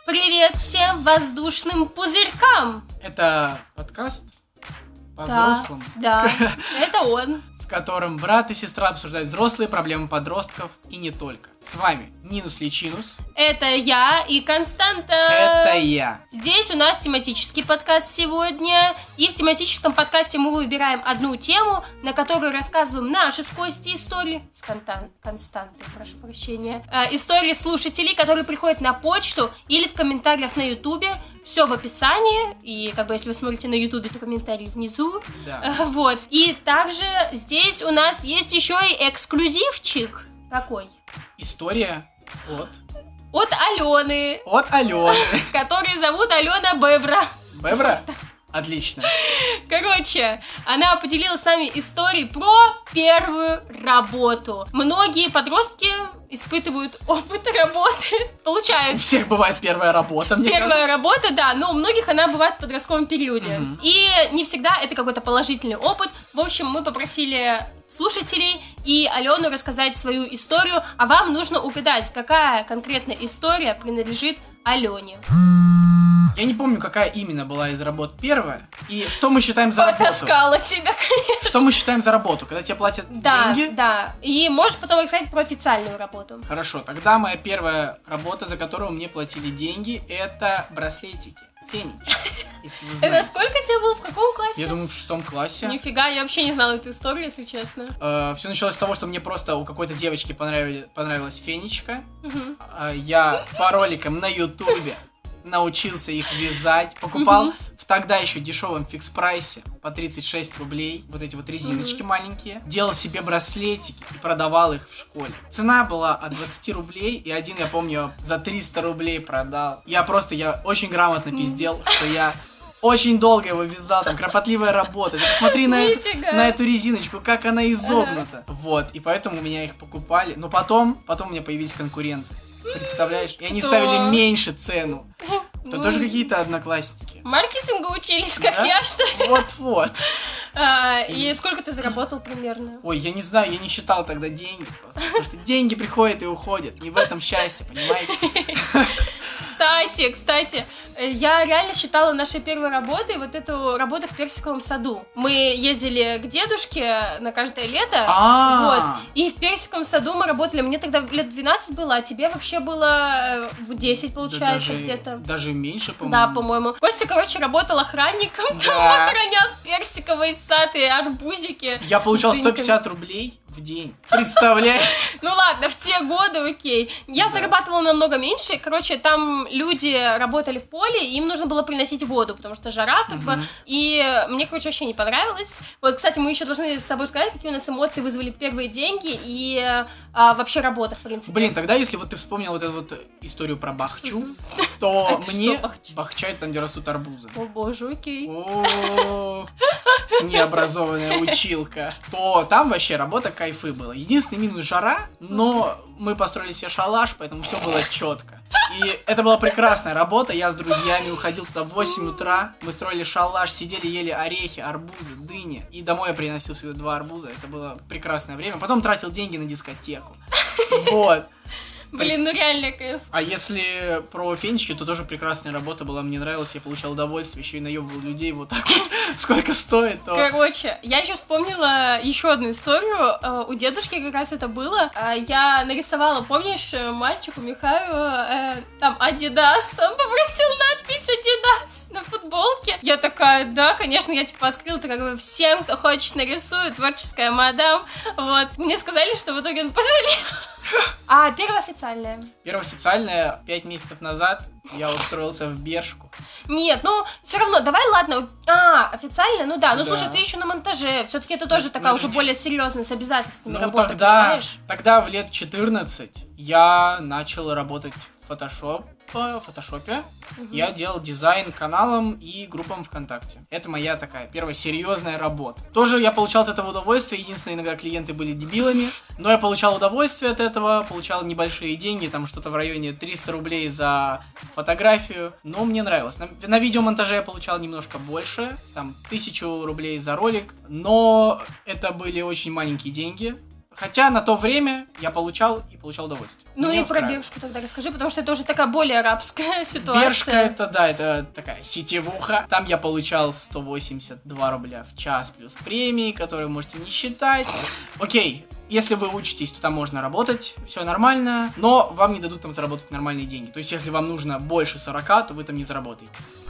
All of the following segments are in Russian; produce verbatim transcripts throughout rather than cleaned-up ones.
Привет всем воздушным пузырькам! Это подкаст Да, по-взрослому, да, это он. в котором брат и сестра обсуждают взрослые проблемы подростков и не только. С вами Нинус Личинус. Это я и Константа. Это я. Здесь у нас тематический подкаст сегодня. И в тематическом подкасте мы выбираем одну тему, на которую рассказываем наши с Костей истории. С Контан... Константой, прошу прощения. Э, истории слушателей, которые приходят на почту или в комментариях на Ютубе. Все в описании. И как бы если вы смотрите на Ютубе, то комментарии внизу. Да. Э, вот. И также здесь у нас есть еще и эксклюзивчик. Какой? История от... От Алены, От Алены. которую зовут Алена Бебра. Бебра? Отлично. Короче, она поделилась с нами историей про первую работу. Многие подростки испытывают опыт работы. У Получают всех бывает первая работа, мне первая кажется. работа, да, но у многих она бывает в подростковом периоде. Мгм. И не всегда это какой-то положительный опыт. В общем, мы попросили слушателей и Алену рассказать свою историю, а вам нужно угадать, какая конкретная история принадлежит Алене. Я не помню, какая именно была из работ первая. И что мы считаем за работу? Потаскала тебя, конечно. Что мы считаем за работу? Когда тебе платят Да, деньги? да. И можешь потом рассказать про официальную работу. Хорошо, тогда моя первая работа, за которую мне платили деньги, это браслетики. Фенич, если вы Это знаете. сколько тебе было? В каком классе? Я думаю, в шестом классе. Нифига, я вообще не знала эту историю, если честно. все началось с того, что мне просто у какой-то девочки понравили- понравилась фенечка. Мгм. Э, я по роликам на ютубе научился их вязать. Покупал Мгм. в тогда еще дешевом фикс-прайсе по тридцать шесть рублей. Вот эти вот резиночки маленькие. Делал себе браслетики и продавал их в школе. Цена была от двадцати рублей. И один, я помню, за триста рублей продал. Я просто, я очень грамотно пиздел, что я... Очень долго его вязал, там кропотливая работа. Ты посмотри на, эту- Нифига. на эту резиночку, как она изогнута. Вот, и поэтому у меня их покупали. Но потом, потом у меня появились конкуренты. Представляешь? И они Кто? ставили меньше цену. То Ну, тоже какие-то одноклассники. Маркетингу учились, как Да? я, что ли? Вот-вот. А, и сколько ты заработал примерно? Ой, я не знаю, я не считал тогда деньги просто. Потому что деньги приходят и уходят. Не в этом счастье, понимаете? Кстати, кстати, э, я реально считала нашей первой работой вот эту работу в персиковом саду. Мы ездили к дедушке на каждое лето. А. Вот. И в персиковом саду мы работали. Мне тогда лет двенадцать было, а тебе вообще было э, в десять, Да получается, даже- где-то. Даже меньше, по-моему. Да, по-моему. Костя, короче, работал охранником, там Да. охранял персиковый сад и арбузики. Я получал Дыньками. сто пятьдесят рублей в день. Представляете? Ну ладно, в те годы, окей. Я Да. зарабатывала намного меньше. Короче, там люди работали в поле, и им нужно было приносить воду, потому что жара, как бы. Мгм. И мне, короче, вообще не понравилось. Вот, кстати, мы еще должны с тобой сказать, какие у нас эмоции вызвали первые деньги и а, вообще работа, в принципе. Блин, тогда, если вот ты вспомнил вот эту вот историю про Бахчу, то А мне... что Бахчу? Бахча — это там, где растут арбузы. О боже, окей. О, необразованная училка. То там вообще работа кайфы была. Единственный минус — жара, но мы построили себе шалаш, поэтому все было четко. И это была прекрасная работа. Я с друзьями уходил туда в восемь утра. Мы строили шалаш, сидели, ели орехи, арбузы, дыни. И домой я приносил всегда два арбуза. Это было прекрасное время. Потом тратил деньги на дискотеку. Вот. Блин, ну реально кайф. А если про фенечки, то тоже прекрасная работа была, мне нравилось, я получал удовольствие, еще и наебывал людей вот так вот, сколько стоит, то... Короче, я еще вспомнила еще одну историю. Э, У дедушки как раз это было. Э, Я нарисовала, помнишь, э, мальчику Михаю, э, там, Адидас. Он попросил надпись Адидас на футболке. Я такая, да, конечно, я типа открыла, такая, говорю, всем, кто хочет, нарисую, творческая мадам. Вот. Мне сказали, что в итоге он пожалел. А первая официальная? Первая официальная, пять месяцев назад, я устроился в Бершку. Нет, ну, все равно, давай, ладно. А, официально, ну да. Ну, Да. слушай, ты еще на монтаже. Все-таки это тоже Ну, такая это уже не- более серьезная, с обязательствами Ну, работа, тогда, понимаешь? тогда в лет четырнадцать я начал работать в фотошоп, в фотошопе. Мгм. Я делал дизайн каналам и группам ВКонтакте. Это моя такая первая серьезная работа. Тоже я получал от этого удовольствие. Единственное, иногда клиенты были дебилами. Но я получал удовольствие от этого. Получал небольшие деньги. Там что-то в районе триста рублей за фотографию. Но мне нравилось. На, на видеомонтаже я получал немножко больше. Там тысячу рублей за ролик. Но это были очень маленькие деньги. Хотя на то время я получал и получал удовольствие. Ну Меня и про Бершку тогда расскажи, потому что это уже такая более арабская ситуация. Бершка это, да, это такая сетевуха. Там я получал сто восемьдесят два рубля в час плюс премии, которые можете не считать. Окей. Если вы учитесь, то там можно работать, все нормально, но вам не дадут там заработать нормальные деньги. То есть, если вам нужно больше сорока, то вы там не заработаете.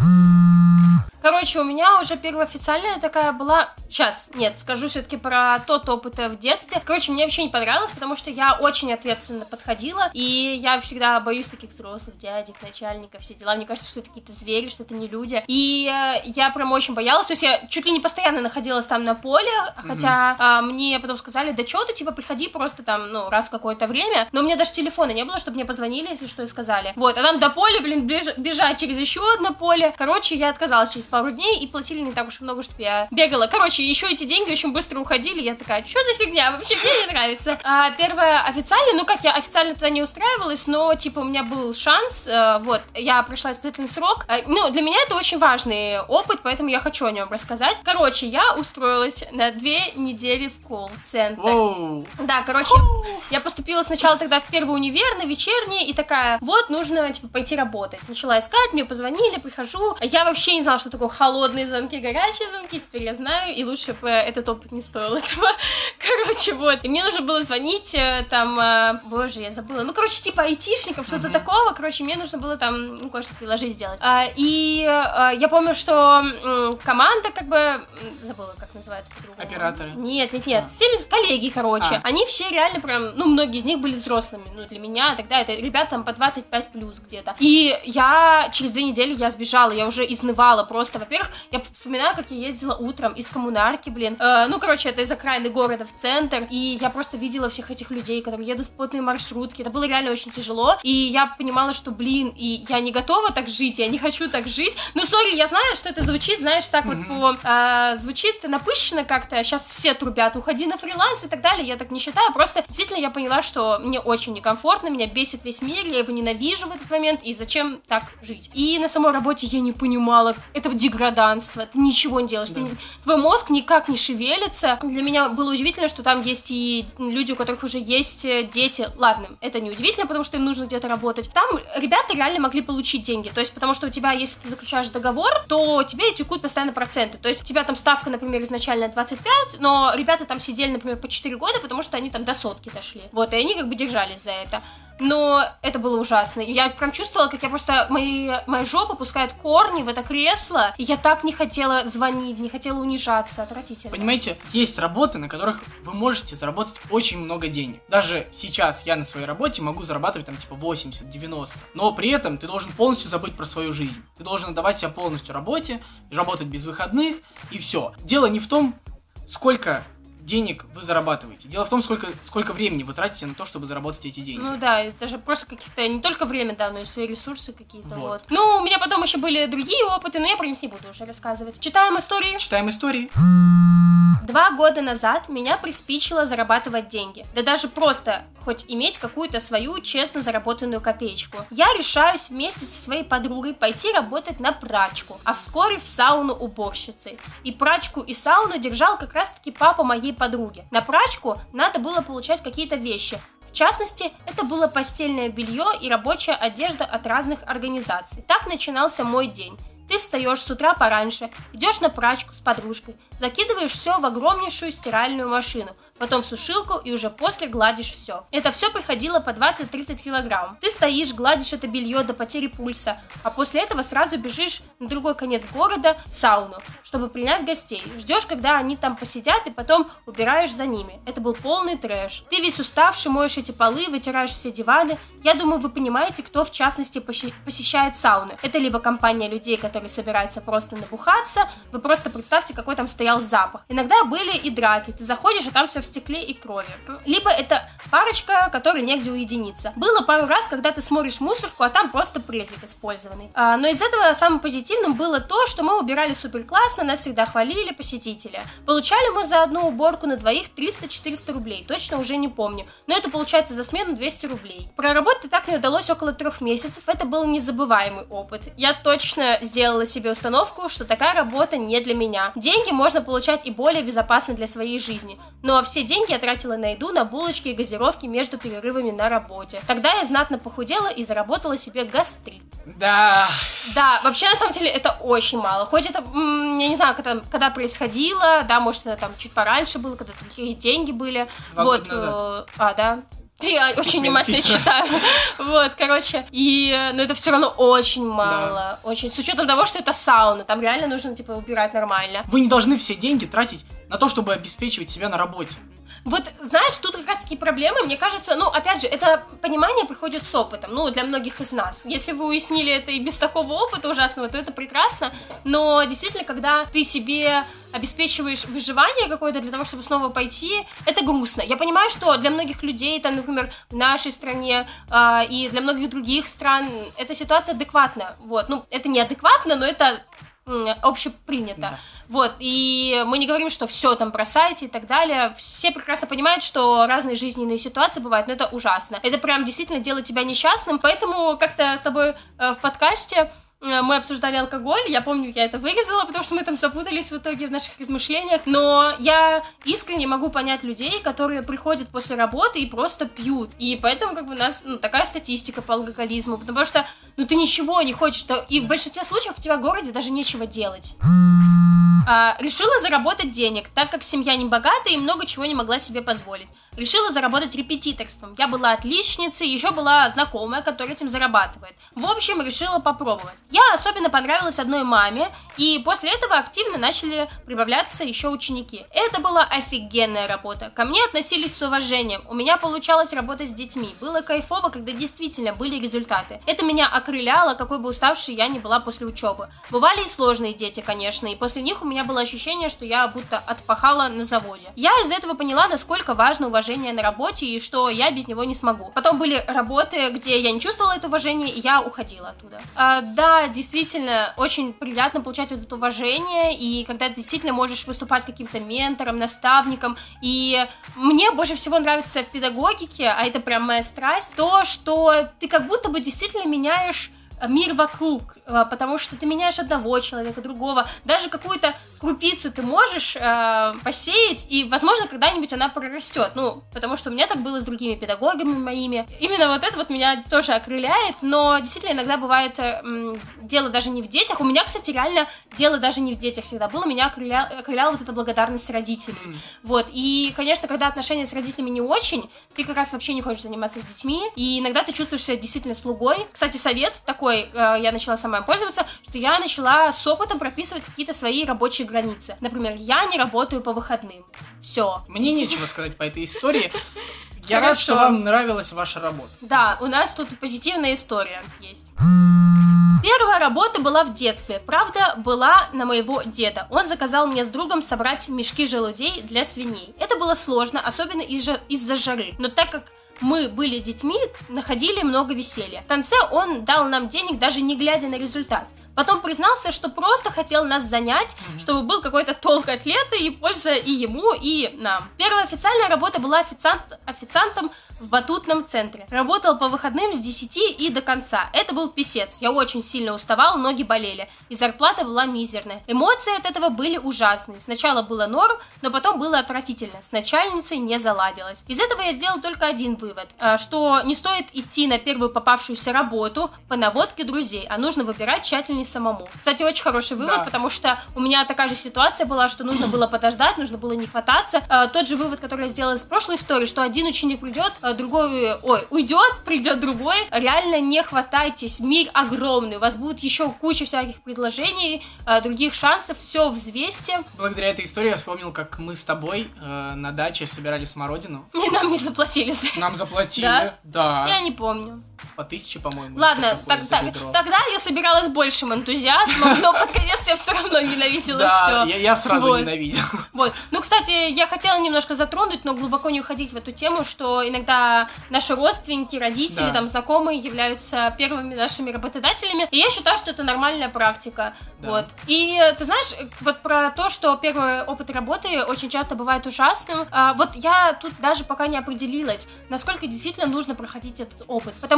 Короче, у меня уже первая официальная такая была... Сейчас, нет, скажу все-таки про тот опыт в детстве. Короче, мне вообще не понравилось, потому что я очень ответственно подходила, и я всегда боюсь таких взрослых дядек, начальников, все дела. Мне кажется, что это какие-то звери, что это не люди. И э, я прям очень боялась, то есть я чуть ли не постоянно находилась там на поле, хотя mm-hmm. э, мне потом сказали, да что ты, типа, приходи просто там, ну, раз в какое-то время. Но у меня даже телефона не было, чтобы мне позвонили, если что, и сказали. Вот, а там до поля, блин, беж- бежать через еще одно поле. Короче, я отказалась через пару дней, и платили не так уж много, чтобы я бегала. Короче, еще эти деньги очень быстро уходили, я такая, что за фигня, вообще мне не нравится. А первая официальная, ну как, я официально туда не устраивалась, но, типа, у меня был шанс, э, вот, я прошла испытательный срок, э, ну, для меня это очень важный опыт, поэтому я хочу о нем рассказать. Короче, я устроилась на две недели в колл-центр. Воу. Да, короче, я поступила сначала тогда в первый универ, на вечерний, и такая, вот, нужно, типа, пойти работать. Начала искать, мне позвонили, прихожу, я вообще не знала, что такое холодный холодные звонки, горячие звонки, теперь я знаю, и лучше бы этот опыт не стоил этого. Короче, вот. И мне нужно было звонить там, боже, я забыла, ну, короче, типа айтишников, что-то mm-hmm. такого, короче, мне нужно было там, ну, кое-что приложить сделать. А, и а, я помню, что м, команда, как бы, забыла, как называется по-другому. Операторы? Нет, нет, нет, а. с теми коллеги, короче, а. они все реально прям, ну, многие из них были взрослыми, ну, для меня тогда это ребята там по двадцать пять плюс где-то. И я через две недели я сбежала, я уже изнывала просто, во-первых, я вспоминаю, как я ездила утром из коммунарки, блин. Э, ну, короче, это из окраины города в центр. И я просто видела всех этих людей, которые едут в плотные маршрутки. Это было реально очень тяжело. И я понимала, что, блин, и я не готова так жить, я не хочу так жить. Ну, сори, я знаю, что это звучит, знаешь, так mm-hmm. вот по... Э, звучит напыщенно как-то. Сейчас все трубят, уходи на фриланс и так далее. Я так не считаю. Просто действительно я поняла, что мне очень некомфортно, меня бесит весь мир, я его ненавижу в этот момент. И зачем так жить? И на самой работе я не понимала. Это деграданство. Ты ничего не делаешь. Да. Ты, твой мозг никак не шевелится. Для меня было удивительно, что там есть и люди, у которых уже есть дети. Ладно, это не удивительно, потому что им нужно где-то работать. Там ребята реально могли получить деньги. То есть, потому что у тебя, если ты заключаешь договор, то тебе текут постоянно проценты. То есть, у тебя там ставка, например, изначально двадцать пять, но ребята там сидели, например, по четыре года, потому что они там до сотки дошли. Вот, и они как бы держались за это. Но это было ужасно. Я прям чувствовала, как я просто... Мои, моя жопа пускает корни в это кресло, и я так не хотела звонить, не хотела унижаться. Отвратительно. Понимаете, есть работы, на которых вы можете заработать очень много денег. Даже сейчас я на своей работе могу зарабатывать там типа восемьдесят-девяносто. Но при этом ты должен полностью забыть про свою жизнь. Ты должен отдавать себя полностью работе, работать без выходных, и все. Дело не в том, сколько... денег вы зарабатываете. Дело в том, сколько, сколько времени вы тратите на то, чтобы заработать эти деньги. Ну да, это же просто какие-то, не только время, да, но и свои ресурсы какие-то, вот. вот. Ну, у меня потом еще были другие опыты, но я про них не буду уже рассказывать. Читаем истории? Читаем истории. Два года назад меня приспичило зарабатывать деньги. Да даже просто хоть иметь какую-то свою честно заработанную копеечку. Я решаюсь вместе со своей подругой пойти работать на прачку, а вскоре в сауну уборщицей. И прачку и сауну держал как раз-таки папа моей подруги. На прачку надо было получать какие-то вещи. В частности, это было постельное белье и рабочая одежда от разных организаций. Так начинался мой день. Ты встаешь с утра пораньше, идешь на прачку с подружкой, закидываешь все в огромнейшую стиральную машину, потом в сушилку и уже после гладишь все. Это все приходило по двадцать-тридцать килограмм. Ты стоишь, гладишь это белье до потери пульса, а после этого сразу бежишь на другой конец города в сауну, чтобы принять гостей. Ждешь, когда они там посидят, и потом убираешь за ними. Это был полный трэш. Ты весь уставший, моешь эти полы, вытираешь все диваны. Я думаю, вы понимаете, кто в частности посещает сауны. Это либо компания людей, которые собираются просто набухаться. Вы просто представьте, какой там стоял запах. Иногда были и драки. Ты заходишь, а там все в стекле и крови. Либо это парочка, которой негде уединиться. Было пару раз, когда ты смотришь мусорку, а там просто презик использованный. А, но из этого самым позитивным было то, что мы убирали супер классно, нас всегда хвалили посетители. Получали мы за одну уборку на двоих триста-четыреста рублей. Точно уже не помню. Но это получается за смену двести рублей. Проработать так мне удалось около трех месяцев. Это был незабываемый опыт. Я точно сделала себе установку, что такая работа не для меня. Деньги можно получать и более безопасно для своей жизни. Но все все деньги я тратила на еду, на булочки и газировки между перерывами на работе. Тогда я знатно похудела и заработала себе гастрит. Да. Да, вообще, на самом деле, это очень мало. Хоть это, м- я не знаю, когда, когда происходило, да, может, это там чуть пораньше было, когда такие деньги были. Два вот, года назад. Э, а, да. Я очень внимательно читаю. Вот, короче. И, но это все равно очень мало. Да. Очень. С учетом того, что это сауна. Там реально нужно, типа, убирать нормально. Вы не должны все деньги тратить на то, чтобы обеспечивать себя на работе. Вот, знаешь, тут как раз таки проблемы, мне кажется, ну, опять же, это понимание приходит с опытом, ну, для многих из нас. Если вы уяснили это и без такого опыта ужасного, то это прекрасно, но действительно, когда ты себе обеспечиваешь выживание какое-то для того, чтобы снова пойти, это грустно. Я понимаю, что для многих людей, там, например, в нашей стране э, и для многих других стран эта ситуация адекватна, вот, ну, это неадекватно, но это общепринято. Да. Вот, и мы не говорим, что все там бросайте и так далее. Все прекрасно понимают, что разные жизненные ситуации бывают, но это ужасно. Это прям действительно делает тебя несчастным. Поэтому как-то с тобой э, в подкасте мы обсуждали алкоголь, я помню, я это вырезала, потому что мы там запутались в итоге в наших размышлениях, но я искренне могу понять людей, которые приходят после работы и просто пьют, и поэтому как бы у нас ну, такая статистика по алкоголизму, потому что ну ты ничего не хочешь, и в большинстве случаев у тебя в городе даже нечего делать. А, решила заработать денег, так как семья не богатая и много чего не могла себе позволить. Решила заработать репетиторством. Я была отличницей, еще была знакомая, которая этим зарабатывает. В общем, решила попробовать. Я особенно понравилась одной маме, и после этого активно начали прибавляться еще ученики. Это была офигенная работа. Ко мне относились с уважением. У меня получалось работать с детьми. Было кайфово, когда действительно были результаты. Это меня окрыляло, какой бы уставшей я ни была после учебы. Бывали и сложные дети, конечно, и после них у меня было ощущение, что я будто отпахала на заводе. Я из этого поняла, насколько важно уважение на работе и что я без него не смогу. Потом были работы, где я не чувствовала это уважение, и я уходила оттуда. А, да, действительно, очень приятно получать вот это уважение, и когда ты действительно можешь выступать каким-то ментором, наставником, и мне больше всего нравится в педагогике, а это прям моя страсть, то, что ты как будто бы действительно меняешь мир вокруг, потому что ты меняешь одного человека, другого, даже какую-то крупицу ты можешь э, посеять, и, возможно, когда-нибудь она прорастет, ну, потому что у меня так было с другими педагогами моими. Именно вот это вот меня тоже окрыляет, но действительно иногда бывает э, м, дело даже не в детях. У меня, кстати, реально дело даже не в детях всегда было, меня окрыля... окрыляла вот эта благодарность родителей. Mm. Вот, и, конечно, когда отношения с родителями не очень, ты как раз вообще не хочешь заниматься с детьми, и иногда ты чувствуешь себя действительно слугой. Кстати, совет такой, э, я начала сама им пользоваться, что я начала с опытом прописывать какие-то свои рабочие границы. Например, я не работаю по выходным. Все. Мне нечего сказать по этой истории. Я рад, что вам нравилась ваша работа. Да, у нас тут позитивная история есть. Первая работа была в детстве. Правда, была на моего деда. Он заказал мне с другом собрать мешки желудей для свиней. Это было сложно, особенно из-за, из-за жары. Но так как мы были детьми, находили много веселья. В конце он дал нам денег, даже не глядя на результат. Потом признался, что просто хотел нас занять, mm-hmm. чтобы был какой-то толк от лета и польза и ему, и нам. Первая официальная работа была официант, официантом в батутном центре. Работал по выходным с десяти и до конца. Это был писец. Я очень сильно уставал, ноги болели. И зарплата была мизерная. Эмоции от этого были ужасные. Сначала было норм, но потом было отвратительно. С начальницей не заладилось. Из этого я сделал только один вывод, что не стоит идти на первую попавшуюся работу по наводке друзей, а нужно выбирать тщательнее самому. Кстати, очень хороший вывод, да. Потому что у меня такая же ситуация была, что нужно было подождать, нужно было не хвататься. Тот же вывод, который я сделала из прошлой истории, что один ученик придет, другой, ой, уйдет, придет другой. Реально не хватайтесь, мир огромный, у вас будет еще куча всяких предложений, других шансов, все взвесьте. Благодаря этой истории я вспомнил, как мы с тобой э, на даче собирали смородину. И нам не заплатили за это. Нам заплатили, да? Да. Я не помню. По тысяче, по-моему. Ладно, так, так, тогда я собиралась с большим энтузиазмом, но под конец я все равно ненавидела да, все. Я, я сразу вот. ненавидел. Вот. Ну, кстати, я хотела немножко затронуть, но глубоко не уходить в эту тему, что иногда наши родственники, родители, да. там, знакомые являются первыми нашими работодателями, и я считаю, что это нормальная практика. Да. Вот. И ты знаешь, вот про то, что первый опыт работы очень часто бывает ужасным, вот я тут даже пока не определилась, насколько действительно нужно проходить этот опыт. Потому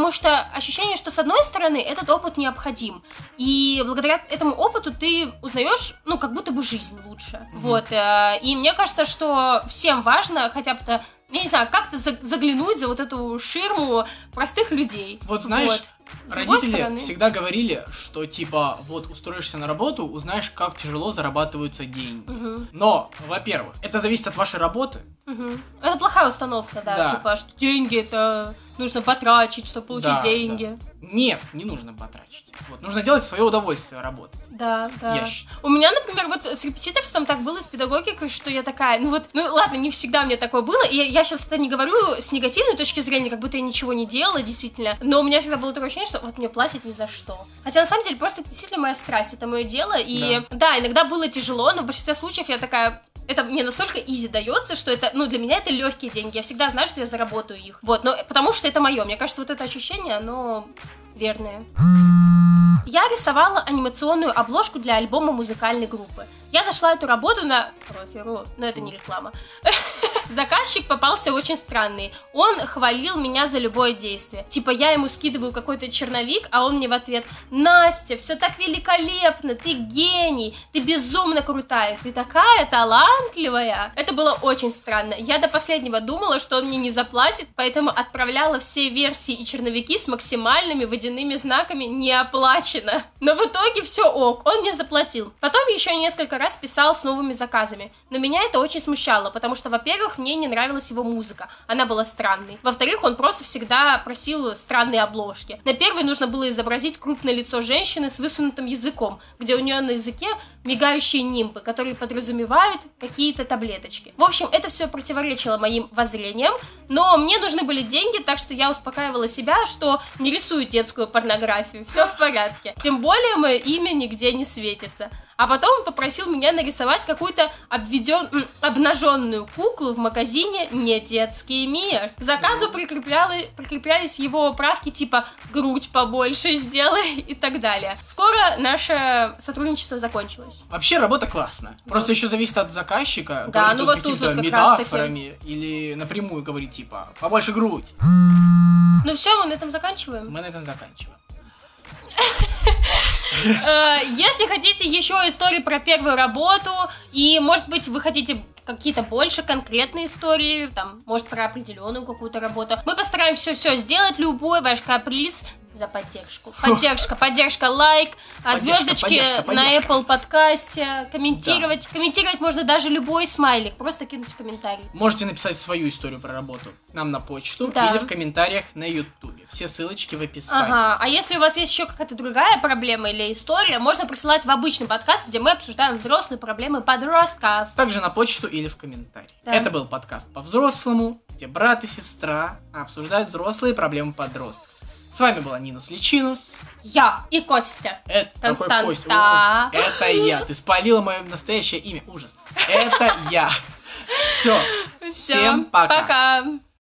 потому что ощущение, что с одной стороны этот опыт необходим, и благодаря этому опыту ты узнаешь, ну, как будто бы жизнь лучше. Mm-hmm. Вот, и мне кажется, что всем важно хотя бы, я не знаю, как-то заглянуть за вот эту ширму простых людей. Вот знаешь... Вот. Родители всегда говорили, что типа вот устроишься на работу, узнаешь, как тяжело зарабатываются деньги. Угу. Но, во-первых, это зависит от вашей работы. Угу. Это плохая установка, да, да, типа, что деньги это нужно потратить, чтобы получить да, деньги. Да. Нет, не нужно потратить. Вот, нужно делать свое удовольствие работать. Да, да. У меня, например, вот с репетиторством так было, с педагогикой, что я такая, ну вот, ну ладно, не всегда мне такое было, и я сейчас это не говорю с негативной точки зрения, как будто я ничего не делала, действительно, но у меня всегда было такое ощущение, что вот мне платят ни за что. Хотя на самом деле просто это действительно моя страсть, это мое дело, и да, да иногда было тяжело, но в большинстве случаев я такая... Это мне настолько изи дается, что это, ну, для меня это легкие деньги. Я всегда знаю, что я заработаю их. Вот, но потому что это мое. Мне кажется, вот это ощущение, оно верное. Я рисовала анимационную обложку для альбома музыкальной группы. Я нашла эту работу на Профи.ру, но это не реклама. Заказчик попался очень странный. Он хвалил меня за любое действие. Типа я ему скидываю какой-то черновик, а он мне в ответ: Настя, все так великолепно, ты гений, ты безумно крутая, ты такая талантливая. Это было очень странно. Я до последнего думала, что он мне не заплатит, поэтому отправляла все версии и черновики с максимальными водяными знаками «не оплачено». Но в итоге все ок, он мне заплатил. Потом еще несколько раз писал с новыми заказами. Но меня это очень смущало, потому что, во-первых, мне не нравилась его музыка. Она была странной. Во-вторых, он просто всегда просил странные обложки. На первой нужно было изобразить крупное лицо женщины с высунутым языком, где у нее на языке мигающие нимбы, которые подразумевают какие-то таблеточки. В общем, это все противоречило моим воззрениям, но мне нужны были деньги, так что я успокаивала себя, что не рисую детскую порнографию, все в порядке. Тем более мое имя нигде не светится. А потом он попросил меня нарисовать какую-то обведен... обнаженную куклу в магазине «Не детский мир». К заказу прикрепляли... прикреплялись его правки типа «грудь побольше сделай» и так далее. Скоро наше сотрудничество закончилось. Вообще работа классная. Да. Просто еще зависит от заказчика. Да, ну вот тут вот метафорами или напрямую говорит типа «побольше грудь». Ну все, мы на этом заканчиваем. Мы на этом заканчиваем. Если хотите еще истории про первую работу, и, может быть, вы хотите какие-то больше конкретные истории, там, может, про определенную какую-то работу, мы постараемся все-все сделать, любой ваш каприз за поддержку. Поддержка, поддержка, лайк, поддержка, звездочки поддержка, поддержка. На Apple подкасте, комментировать. Да. Комментировать можно даже любой смайлик, просто кинуть комментарий. Можете написать свою историю про работу нам на почту, да, или в комментариях на Ютубе. Все ссылочки в описании. Ага, а если у вас есть еще какая-то другая проблема или история, можно присылать в обычный подкаст, где мы обсуждаем взрослые проблемы подростков. Также на почту или в комментарии. Да. Это был подкаст по-взрослому, где брат и сестра обсуждают взрослые проблемы подростков. С вами была Нинус Личинус. Я и Костя. Это какой Костя? Это я. Ты спалила мое настоящее имя. Ужас. Это я. Все. Всем пока. Пока.